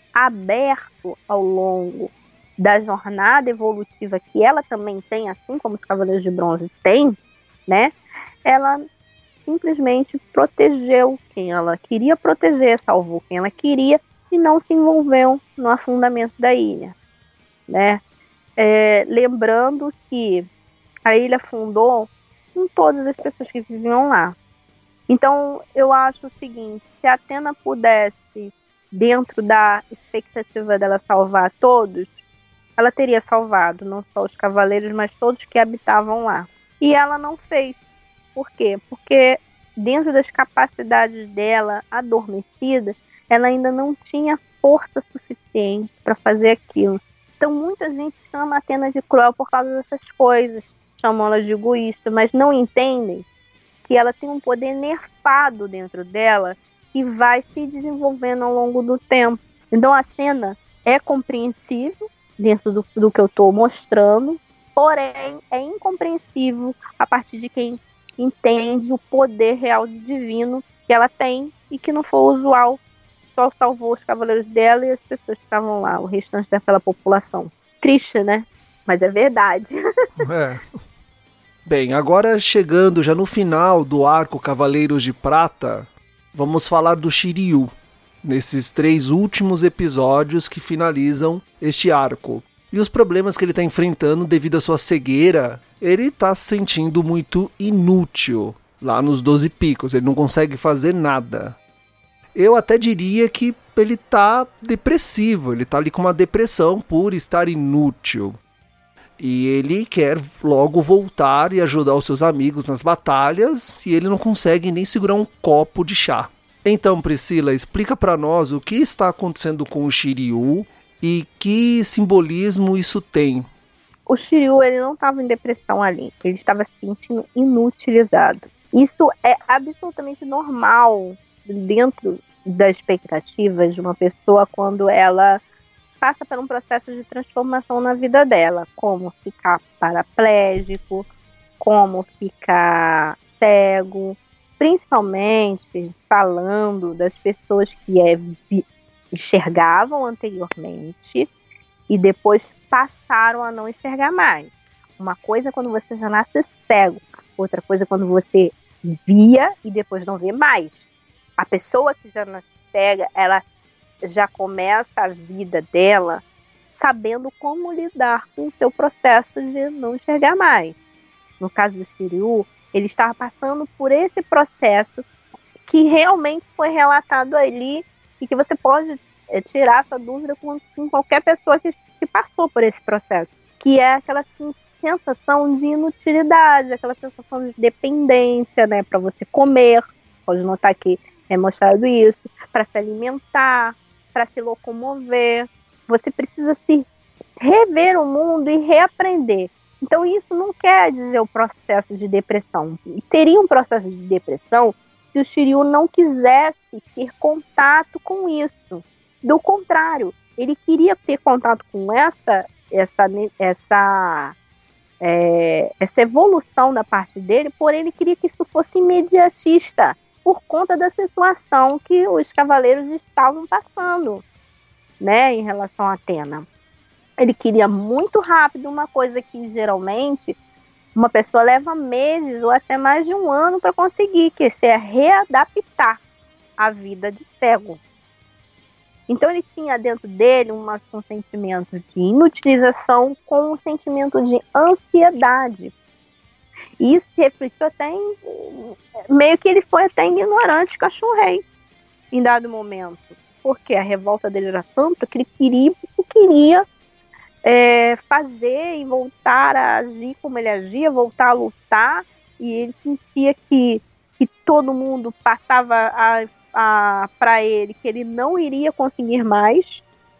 aberto ao longo da jornada evolutiva que ela também tem, assim como os Cavaleiros de Bronze têm, né? Ela simplesmente protegeu quem ela queria proteger, salvou quem ela queria e não se envolveu no afundamento da ilha, né? É, lembrando que a ilha afundou com todas as pessoas que viviam lá. Então, eu acho o seguinte, se a Athena pudesse, dentro da expectativa dela salvar todos, ela teria salvado não só os cavaleiros, mas todos que habitavam lá. E ela não fez. Por quê? Porque dentro das capacidades dela, adormecida, ela ainda não tinha força suficiente para fazer aquilo. Então, muita gente chama a Athena de cruel por causa dessas coisas. Chamam ela de egoísta, mas não entendem que ela tem um poder nerfado dentro dela que vai se desenvolvendo ao longo do tempo. Então a cena é compreensível dentro do, do que eu estou mostrando, porém é incompreensível a partir de quem entende o poder real divino que ela tem e que não foi usual, só salvou os cavaleiros dela e as pessoas que estavam lá, o restante daquela população. Triste, né? Mas é verdade. É. Bem, agora chegando já no final do arco Cavaleiros de Prata, vamos falar do Shiryu, nesses três últimos episódios que finalizam este arco. E os problemas que ele está enfrentando devido à sua cegueira, ele está se sentindo muito inútil lá nos Doze Picos, ele não consegue fazer nada. Eu até diria que ele está depressivo, ele está ali com uma depressão por estar inútil. E ele quer logo voltar e ajudar os seus amigos nas batalhas, e ele não consegue nem segurar um copo de chá. Então, Priscila, explica para nós o que está acontecendo com o Shiryu e que simbolismo isso tem. O Shiryu, ele não estava em depressão ali, ele estava se sentindo inutilizado. Isso é absolutamente normal dentro das expectativas de uma pessoa quando ela passa por um processo de transformação na vida dela, como ficar paraplégico, como ficar cego, principalmente falando das pessoas que é, enxergavam anteriormente e depois passaram a não enxergar mais. Uma coisa é quando você já nasce cego, outra coisa é quando você via e depois não vê mais. A pessoa que já nasce cega, ela já começa a vida dela sabendo como lidar com o seu processo de não enxergar mais. No caso do Shiryu, ele estava passando por esse processo que realmente foi relatado ali e que você pode é, tirar sua dúvida com, com qualquer pessoa que, que passou por esse processo, que é aquela assim, sensação de inutilidade, aquela sensação de dependência, né, para você comer, pode notar que é mostrado isso, para se alimentar, para se locomover, você precisa se rever o mundo e reaprender. Então isso não quer dizer o processo de depressão. Teria um processo de depressão se o Shiryu não quisesse ter contato com isso. Do contrário, ele queria ter contato com essa, essa, essa, é, essa evolução da parte dele, porém ele queria que isso fosse imediatista, por conta da situação que os cavaleiros estavam passando, né, em relação a Athena. Ele queria muito rápido uma coisa que geralmente uma pessoa leva meses ou até mais de um ano para conseguir, que é readaptar a vida de cego. Então ele tinha dentro dele uma, um sentimento de inutilização com um sentimento de ansiedade. E isso se refletiu até em... meio que ele foi até ignorante com a Shunrei em dado momento. Porque a revolta dele era tanta que ele queria, queria é, fazer e voltar a agir como ele agia, voltar a lutar. E ele sentia que, que todo mundo passava a, a, para ele que ele não iria conseguir mais.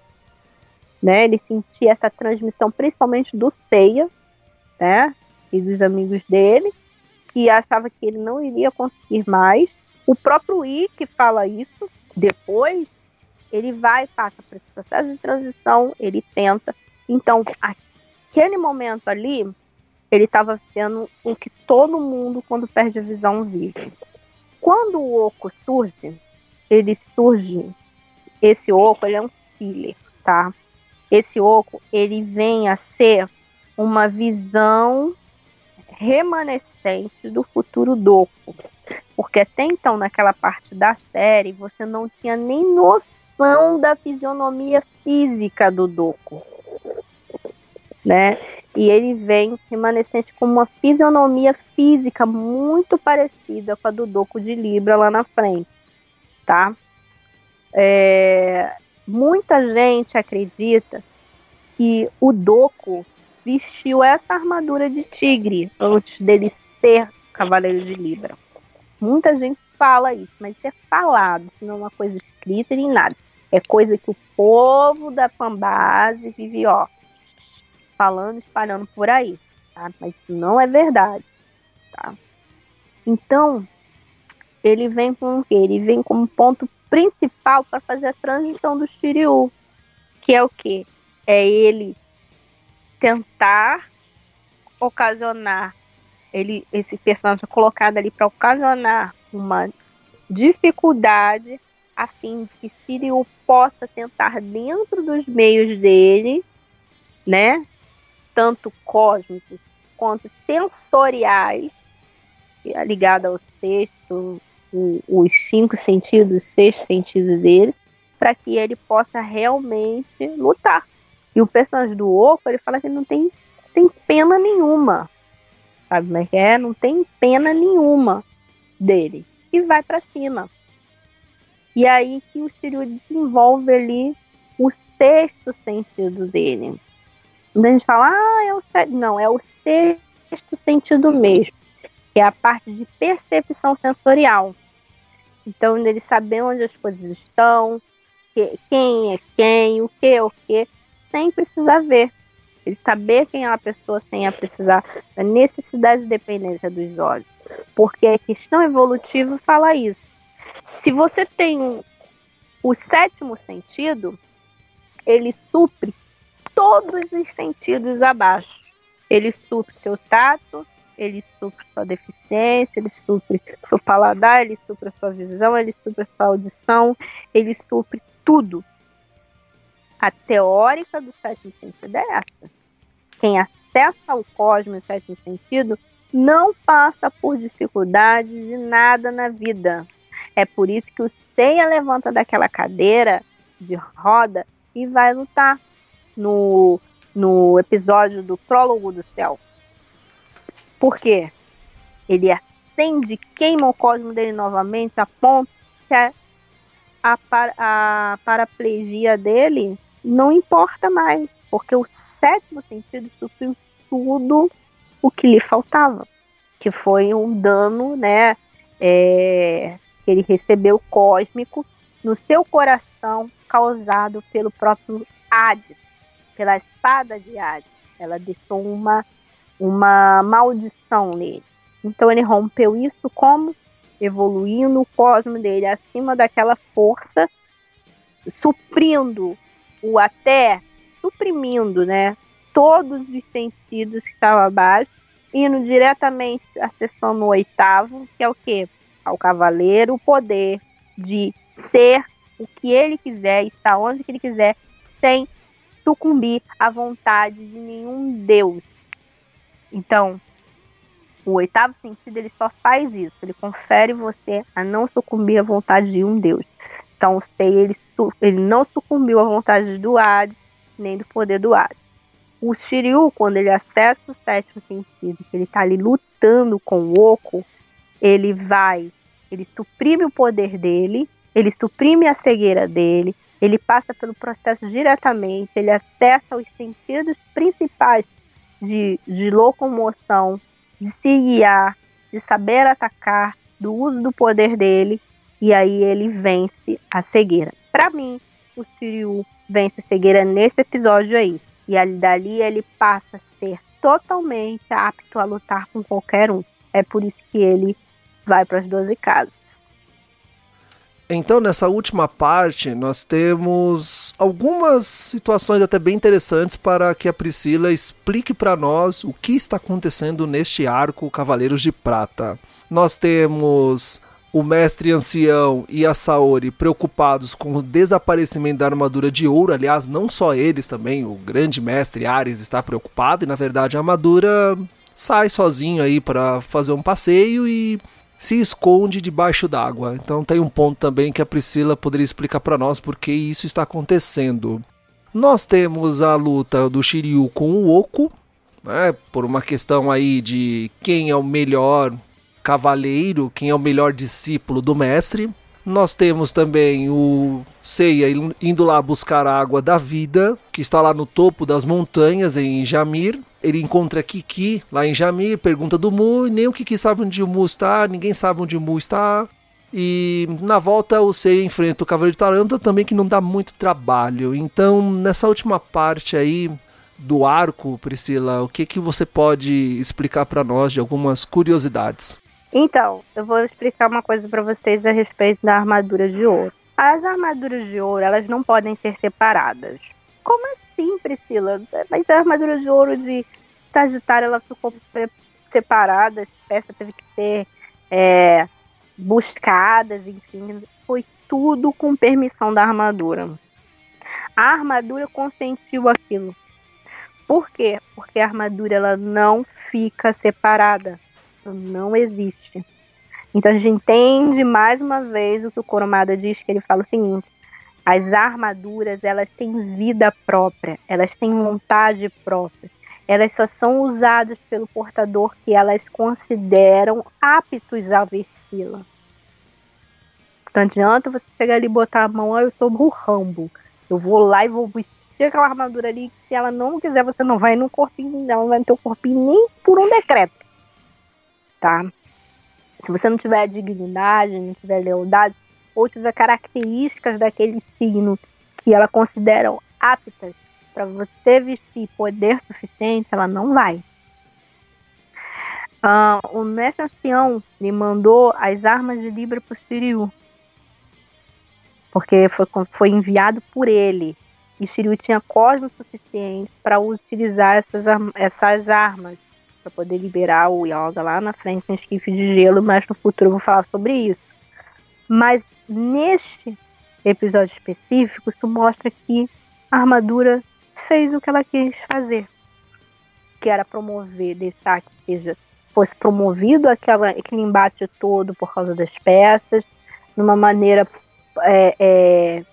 Né? Ele sentia essa transmissão principalmente do Seiya, né? E dos amigos dele, que achava que ele não iria conseguir mais, O próprio Ikki fala isso. Depois, ele vai, passa por esse processo de transição, ele tenta. Então, aquele momento ali, ele estava vendo o que todo mundo, quando perde a visão, vive. Quando o Oco surge, ele surge, esse Oco, ele é um filler, tá? Esse Oco, ele vem a ser uma visão remanescente do futuro Doku. Porque até então, naquela parte da série, você não tinha nem noção da fisionomia física do Doku, né? E ele vem remanescente com uma fisionomia física muito parecida com a do Doku de Libra lá na frente, tá? É, muita gente acredita que o Doku vestiu essa armadura de tigre antes dele ser Cavaleiro de Libra. Muita gente fala isso, mas isso é falado, isso não é uma coisa escrita nem nada. É coisa que o povo da fanbase vive, ó, falando, espalhando por aí, tá? Mas isso não é verdade, tá? Então, ele vem com o quê? Ele vem como ponto principal para fazer a transição do Shiryu, que é o quê? É ele tentar ocasionar, ele, esse personagem colocado ali para ocasionar uma dificuldade a fim de que Shiryu possa tentar dentro dos meios dele, né, tanto cósmicos quanto sensoriais, ligado ao sexto, o, os cinco sentidos, o sexto sentido dele, para que ele possa realmente lutar. E o personagem do Oco, ele fala que ele não tem, tem pena nenhuma, sabe como é que é? Não tem pena nenhuma dele. E vai para cima. E aí que o Shiryu desenvolve ali o sexto sentido dele. Quando a gente fala, ah, é o sétimo. Não, é o sexto sentido mesmo, que é a parte de percepção sensorial. Então, ele saber onde as coisas estão, que, quem é quem, o que é o que, sem precisar ver. Ele saber quem é uma pessoa sem a precisar da necessidade de dependência dos olhos. Porque a questão evolutiva fala isso. Se você tem um, o sétimo sentido, ele supre todos os sentidos abaixo. Ele supre seu tato, ele supre sua deficiência, ele supre seu paladar, ele supre sua visão, ele supre sua audição, ele supre tudo. A teórica do sétimo sentido é essa. Quem acessa o cosmos no sétimo sentido não passa por dificuldade de nada na vida. É por isso que o Seiya levanta daquela cadeira de roda e vai lutar no, no episódio do Prólogo do Céu. Por quê? Ele acende, queima o cosmo dele novamente a ponto que a, a, a paraplegia dele não importa mais, porque o sétimo sentido supriu tudo o que lhe faltava, que foi um dano, né, é, que ele recebeu cósmico no seu coração, causado pelo próprio Hades, pela espada de Hades. Ela deixou uma, uma maldição nele. Então ele rompeu isso como? Evoluindo o cosmo dele acima daquela força, suprindo o até, suprimindo, né, todos os sentidos que estavam abaixo, indo diretamente acessando o oitavo, que é o quê? Ao cavaleiro, o poder de ser o que ele quiser, estar onde que ele quiser, sem sucumbir à vontade de nenhum Deus. Então, o oitavo sentido, ele só faz isso, ele confere você a não sucumbir à vontade de um Deus. Então, o Seiya, ele, ele não sucumbiu à vontade do Hades, nem do poder do Hades. O Shiryu, quando ele acessa o sétimo sentido, que ele está ali lutando com o Oco, ele vai, ele suprime o poder dele, ele suprime a cegueira dele, ele passa pelo processo diretamente, ele acessa os sentidos principais de, de locomoção, de se guiar, de saber atacar, do uso do poder dele, e aí ele vence a cegueira. Para mim, o Shiryu vence a cegueira nesse episódio aí. E ali, dali ele passa a ser totalmente apto a lutar com qualquer um. É por isso que ele vai para as doze casas. Então, nessa última parte, nós temos algumas situações até bem interessantes para que a Priscila explique para nós o que está acontecendo neste arco Cavaleiros de Prata. Nós temos o mestre ancião e a Saori preocupados com o desaparecimento da armadura de ouro. Aliás, não só eles também, o grande mestre Ares está preocupado e, na verdade, a armadura sai sozinho aí para fazer um passeio e se esconde debaixo d'água. Então tem um ponto também que a Priscila poderia explicar para nós por que isso está acontecendo. Nós temos a luta do Shiryu com o Oku, né, por uma questão aí de quem é o melhor cavaleiro, quem é o melhor discípulo do mestre. Nós temos também o Seiya indo lá buscar a água da vida, que está lá no topo das montanhas em Jamir. Ele encontra Kiki lá em Jamir, pergunta do Mu, e nem o Kiki sabe onde o Mu está, ninguém sabe onde o Mu está. E na volta o Seiya enfrenta o Cavaleiro de Tarântula também, que não dá muito trabalho. Então, nessa última parte aí do arco, Priscila, o que, que você pode explicar para nós de algumas curiosidades? Então, eu vou explicar uma coisa para vocês a respeito da armadura de ouro. As armaduras de ouro, elas não podem ser separadas. Como assim, Priscila? Mas a armadura de ouro de Sagitário, ela ficou separada, as peças teve que ser é, buscadas, enfim, foi tudo com permissão da armadura. A armadura consentiu aquilo. Por quê? Porque a armadura, ela não fica separada. Não existe. Então a gente entende mais uma vez o que o Kurumada diz, que ele fala o seguinte: as armaduras, elas têm vida própria, elas têm vontade própria, elas só são usadas pelo portador que elas consideram aptos a vesti-la. Não adianta você pegar ali e botar a mão, ó, eu sou o Rambo, eu vou lá e vou vestir aquela armadura ali, que se ela não quiser, você não vai no corpinho, ela não vai no teu corpinho nem por um decreto. Tá? Se você não tiver dignidade, não tiver lealdade, ou tiver características daquele signo que ela considera aptas para você vestir poder suficiente, ela não vai. Ah, o mestre ancião lhe mandou as armas de Libra para o Shiryu, porque foi, foi enviado por ele, e Shiryu tinha cosmos suficiente para utilizar essas, essas armas, para poder liberar o Yoga lá na frente no esquife de gelo, mas no futuro eu vou falar sobre isso. Mas neste episódio específico, isso mostra que a armadura fez o que ela quis fazer, que era promover, deixar que seja, fosse promovido aquela, aquele embate todo por causa das peças, numa maneira é, é,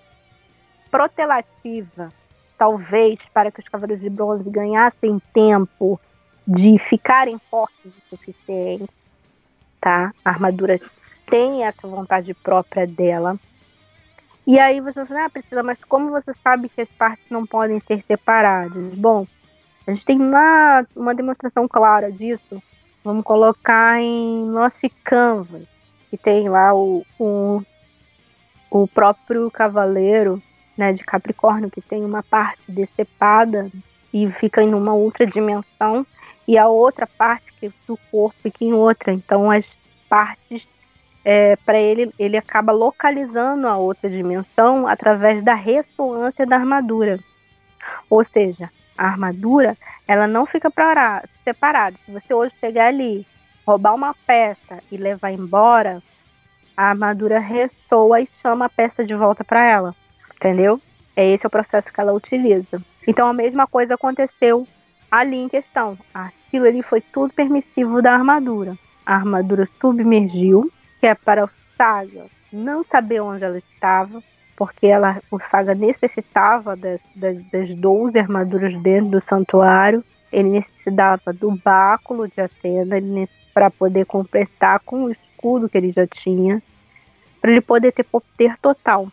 protelativa, talvez para que os Cavaleiros de Bronze ganhassem tempo de ficarem fortes o suficiente, tá? A armadura tem essa vontade própria dela. E aí você vai falar, ah, Priscila, mas como você sabe que as partes não podem ser separadas? Bom, a gente tem uma, uma demonstração clara disso. Vamos colocar em nosso Canvas, que tem lá o, o, o próprio cavaleiro, né, de Capricórnio, que tem uma parte decepada e fica em uma outra dimensão, e a outra parte que do corpo fica em outra. Então as partes, é, para ele, ele acaba localizando a outra dimensão através da ressonância da armadura. Ou seja, a armadura, ela não fica pra, separada. Se você hoje pegar ali, roubar uma peça e levar embora, a armadura ressoa e chama a peça de volta para ela. Entendeu? É esse o processo que ela utiliza. Então a mesma coisa aconteceu ali em questão. Aquilo ali foi tudo permissivo da armadura. A armadura submergiu, que é para o Saga não saber onde ela estava, porque ela, o Saga necessitava das, das, das doze armaduras dentro do santuário. Ele necessitava do báculo de Atena para poder completar com o escudo que ele já tinha, para ele poder ter poder total.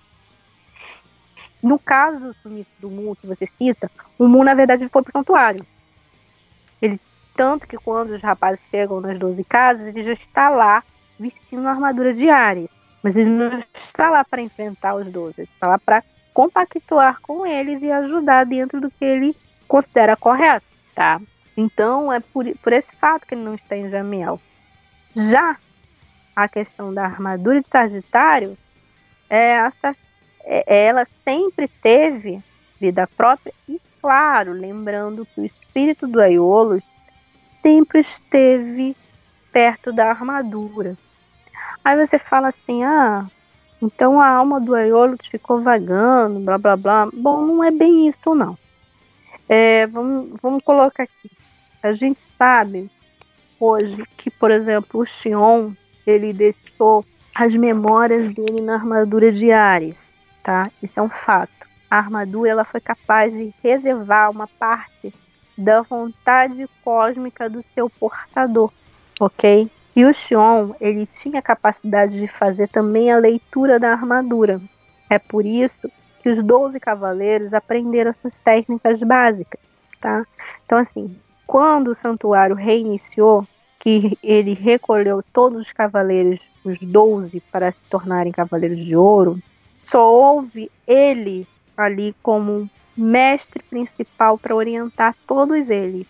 No caso do sumiço do Mu, que você cita, o Mu, na verdade, foi para o santuário. Ele, tanto que quando os rapazes chegam nas doze casas, ele já está lá vestindo a armadura de Ares. Mas ele não está lá para enfrentar os doze. Ele está lá para compactuar com eles e ajudar dentro do que ele considera correto. Tá? Então, é por, por esse fato que ele não está em Jamiel. Já a questão da armadura de Sagitário, é, essa, é, ela sempre teve vida própria e, claro, lembrando que o espírito do Aiolos sempre esteve perto da armadura. Aí você fala assim, ah, então a alma do Aiolos ficou vagando, blá blá blá. Bom, não é bem isso não. É, vamos, vamos colocar aqui. A gente sabe hoje que, por exemplo, o Xion, ele deixou as memórias dele na armadura de Ares, tá? Isso é um fato. A armadura, ela foi capaz de reservar uma parte da vontade cósmica do seu portador, ok? E o Xion, ele tinha a capacidade de fazer também a leitura da armadura. É por isso que os doze cavaleiros aprenderam essas técnicas básicas, tá? Então, assim, quando o santuário reiniciou, que ele recolheu todos os cavaleiros, os doze, para se tornarem cavaleiros de ouro, só houve ele ali como mestre principal para orientar todos eles.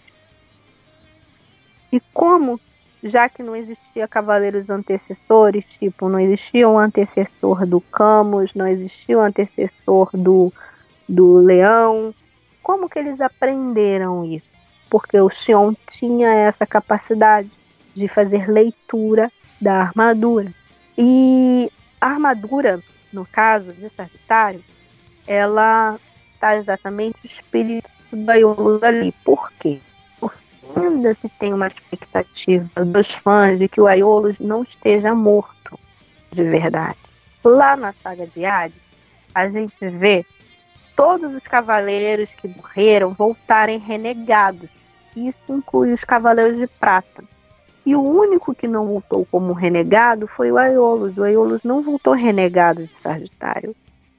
E como, já que não existia cavaleiros antecessores, tipo, não existia um antecessor do Camus, não existia um antecessor do, do Leão, como que eles aprenderam isso? Porque o Xion tinha essa capacidade de fazer leitura da armadura. E a armadura, no caso de Sagitário, ela está exatamente o espírito do Aiolos ali. Por quê? Porque ainda se tem uma expectativa dos fãs de que o Aiolos não esteja morto de verdade. Lá na saga de Hades, a gente vê todos os cavaleiros que morreram voltarem renegados. Isso inclui os Cavaleiros de Prata. E o único que não voltou como renegado foi o Aiolos. O Aiolos não voltou renegado de Sagitário.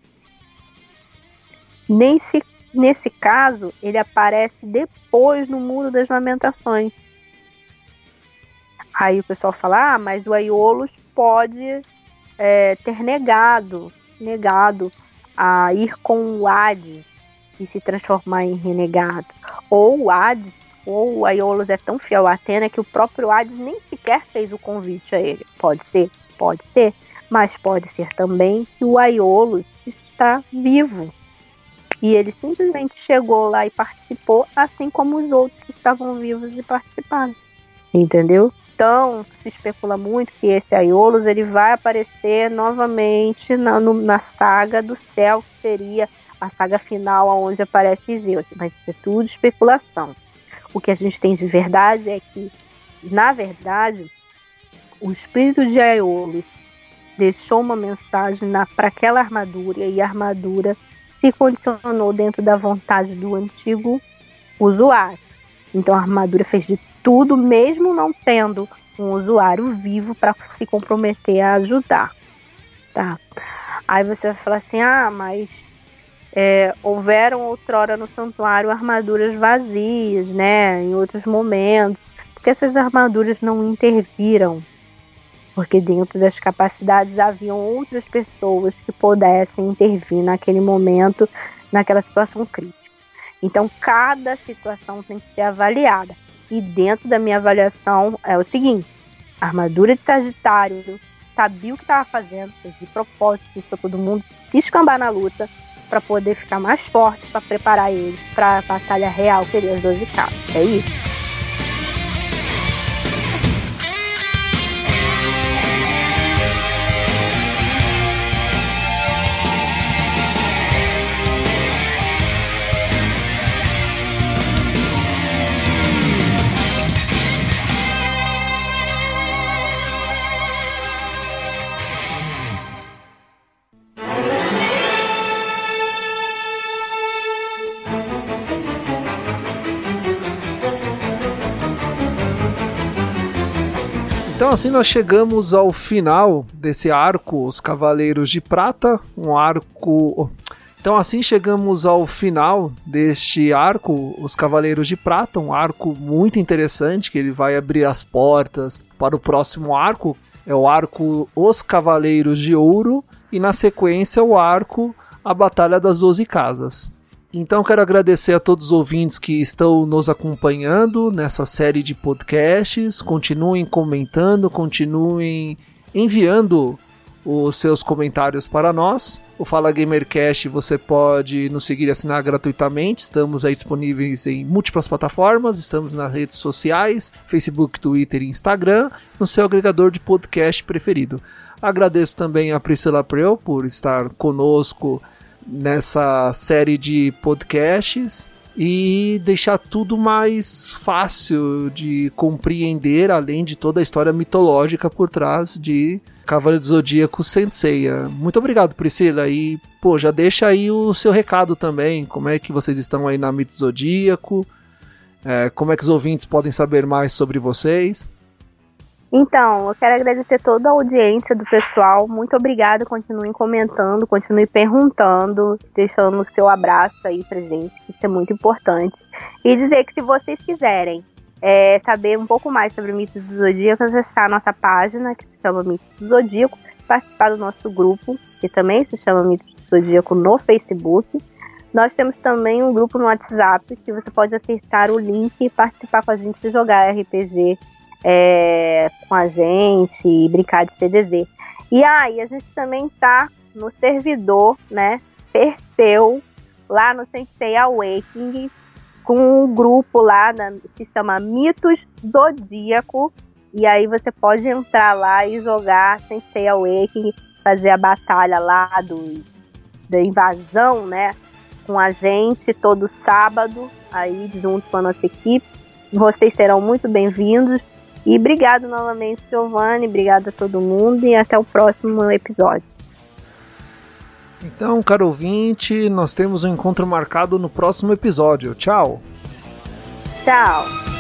Nesse, nesse caso, ele aparece depois no Muro das Lamentações. Aí o pessoal fala, ah, mas o Aiolos pode é, ter negado, negado a ir com o Hades e se transformar em renegado. Ou o Hades, ou o Aiolos é tão fiel a Atena que o próprio Hades nem sequer fez o convite a ele. Pode ser? Pode ser. Mas pode ser também que o Aiolos está vivo. E ele simplesmente chegou lá e participou, assim como os outros que estavam vivos e participaram. Entendeu? Então, se especula muito que esse Aiolos ele vai aparecer novamente na, no, na saga do céu, que seria a saga final, onde aparece Zeus. Mas isso é tudo especulação. O que a gente tem de verdade é que, na verdade, o espírito de Aiolos deixou uma mensagem para aquela armadura, e a armadura se condicionou dentro da vontade do antigo usuário. Então a armadura fez de tudo, mesmo não tendo um usuário vivo para se comprometer a ajudar. Tá? Aí você vai falar assim, ah, mas é, houveram outrora no santuário armaduras vazias, né, em outros momentos, porque essas armaduras não interviram, porque dentro das capacidades haviam outras pessoas que pudessem intervir naquele momento, naquela situação crítica. Então cada situação tem que ser avaliada, e dentro da minha avaliação é o seguinte: a armadura de Sagitário sabia o que estava fazendo, fez de propósito, fez para todo mundo se escambar na luta, para poder ficar mais forte, para preparar eles para a batalha real, que seria as doze casas. É isso. Então assim nós chegamos ao final desse arco, Os Cavaleiros de Prata, um arco... Então assim chegamos ao final deste arco, Os Cavaleiros de Prata, um arco muito interessante, que ele vai abrir as portas para o próximo arco, é o arco Os Cavaleiros de Ouro, e na sequência o arco A Batalha das Doze Casas. Então quero agradecer a todos os ouvintes que estão nos acompanhando nessa série de podcasts. Continuem comentando, continuem enviando os seus comentários para nós. O Fala GamerCast você pode nos seguir e assinar gratuitamente. Estamos aí disponíveis em múltiplas plataformas, estamos nas redes sociais, Facebook, Twitter e Instagram, no seu agregador de podcast preferido. Agradeço também a Priscila Preu por estar conosco nessa série de podcasts e deixar tudo mais fácil de compreender, além de toda a história mitológica por trás de Cavaleiro do Zodíaco Saint Seiya. Muito obrigado, Priscila, e pô, já deixa aí o seu recado também, como é que vocês estão aí na Mito Zodíaco, é, como é que os ouvintes podem saber mais sobre vocês. Então, eu quero agradecer toda a audiência do pessoal. Muito obrigada, continuem comentando, continuem perguntando, deixando o seu abraço aí pra gente, que isso é muito importante. E dizer que se vocês quiserem é, saber um pouco mais sobre o Mito do Zodíaco, acessar a nossa página, que se chama Mito do Zodíaco, participar do nosso grupo, que também se chama Mito do Zodíaco no Facebook. Nós temos também um grupo no WhatsApp, que você pode acessar o link e participar com a gente e jogar R P G É, com a gente e brincar de C D Z. E aí ah, a gente também tá no servidor, né, Perseu, lá no Saint Seiya Awakening, com um grupo lá na, que se chama Mitos Zodíaco, e aí você pode entrar lá e jogar Saint Seiya Awakening, fazer a batalha lá do, da invasão, né, com a gente todo sábado, aí junto com a nossa equipe. Vocês serão muito bem-vindos. E obrigado novamente, Giovanni, obrigado a todo mundo e até o próximo episódio. Então, caro ouvinte, nós temos um encontro marcado no próximo episódio. Tchau! Tchau!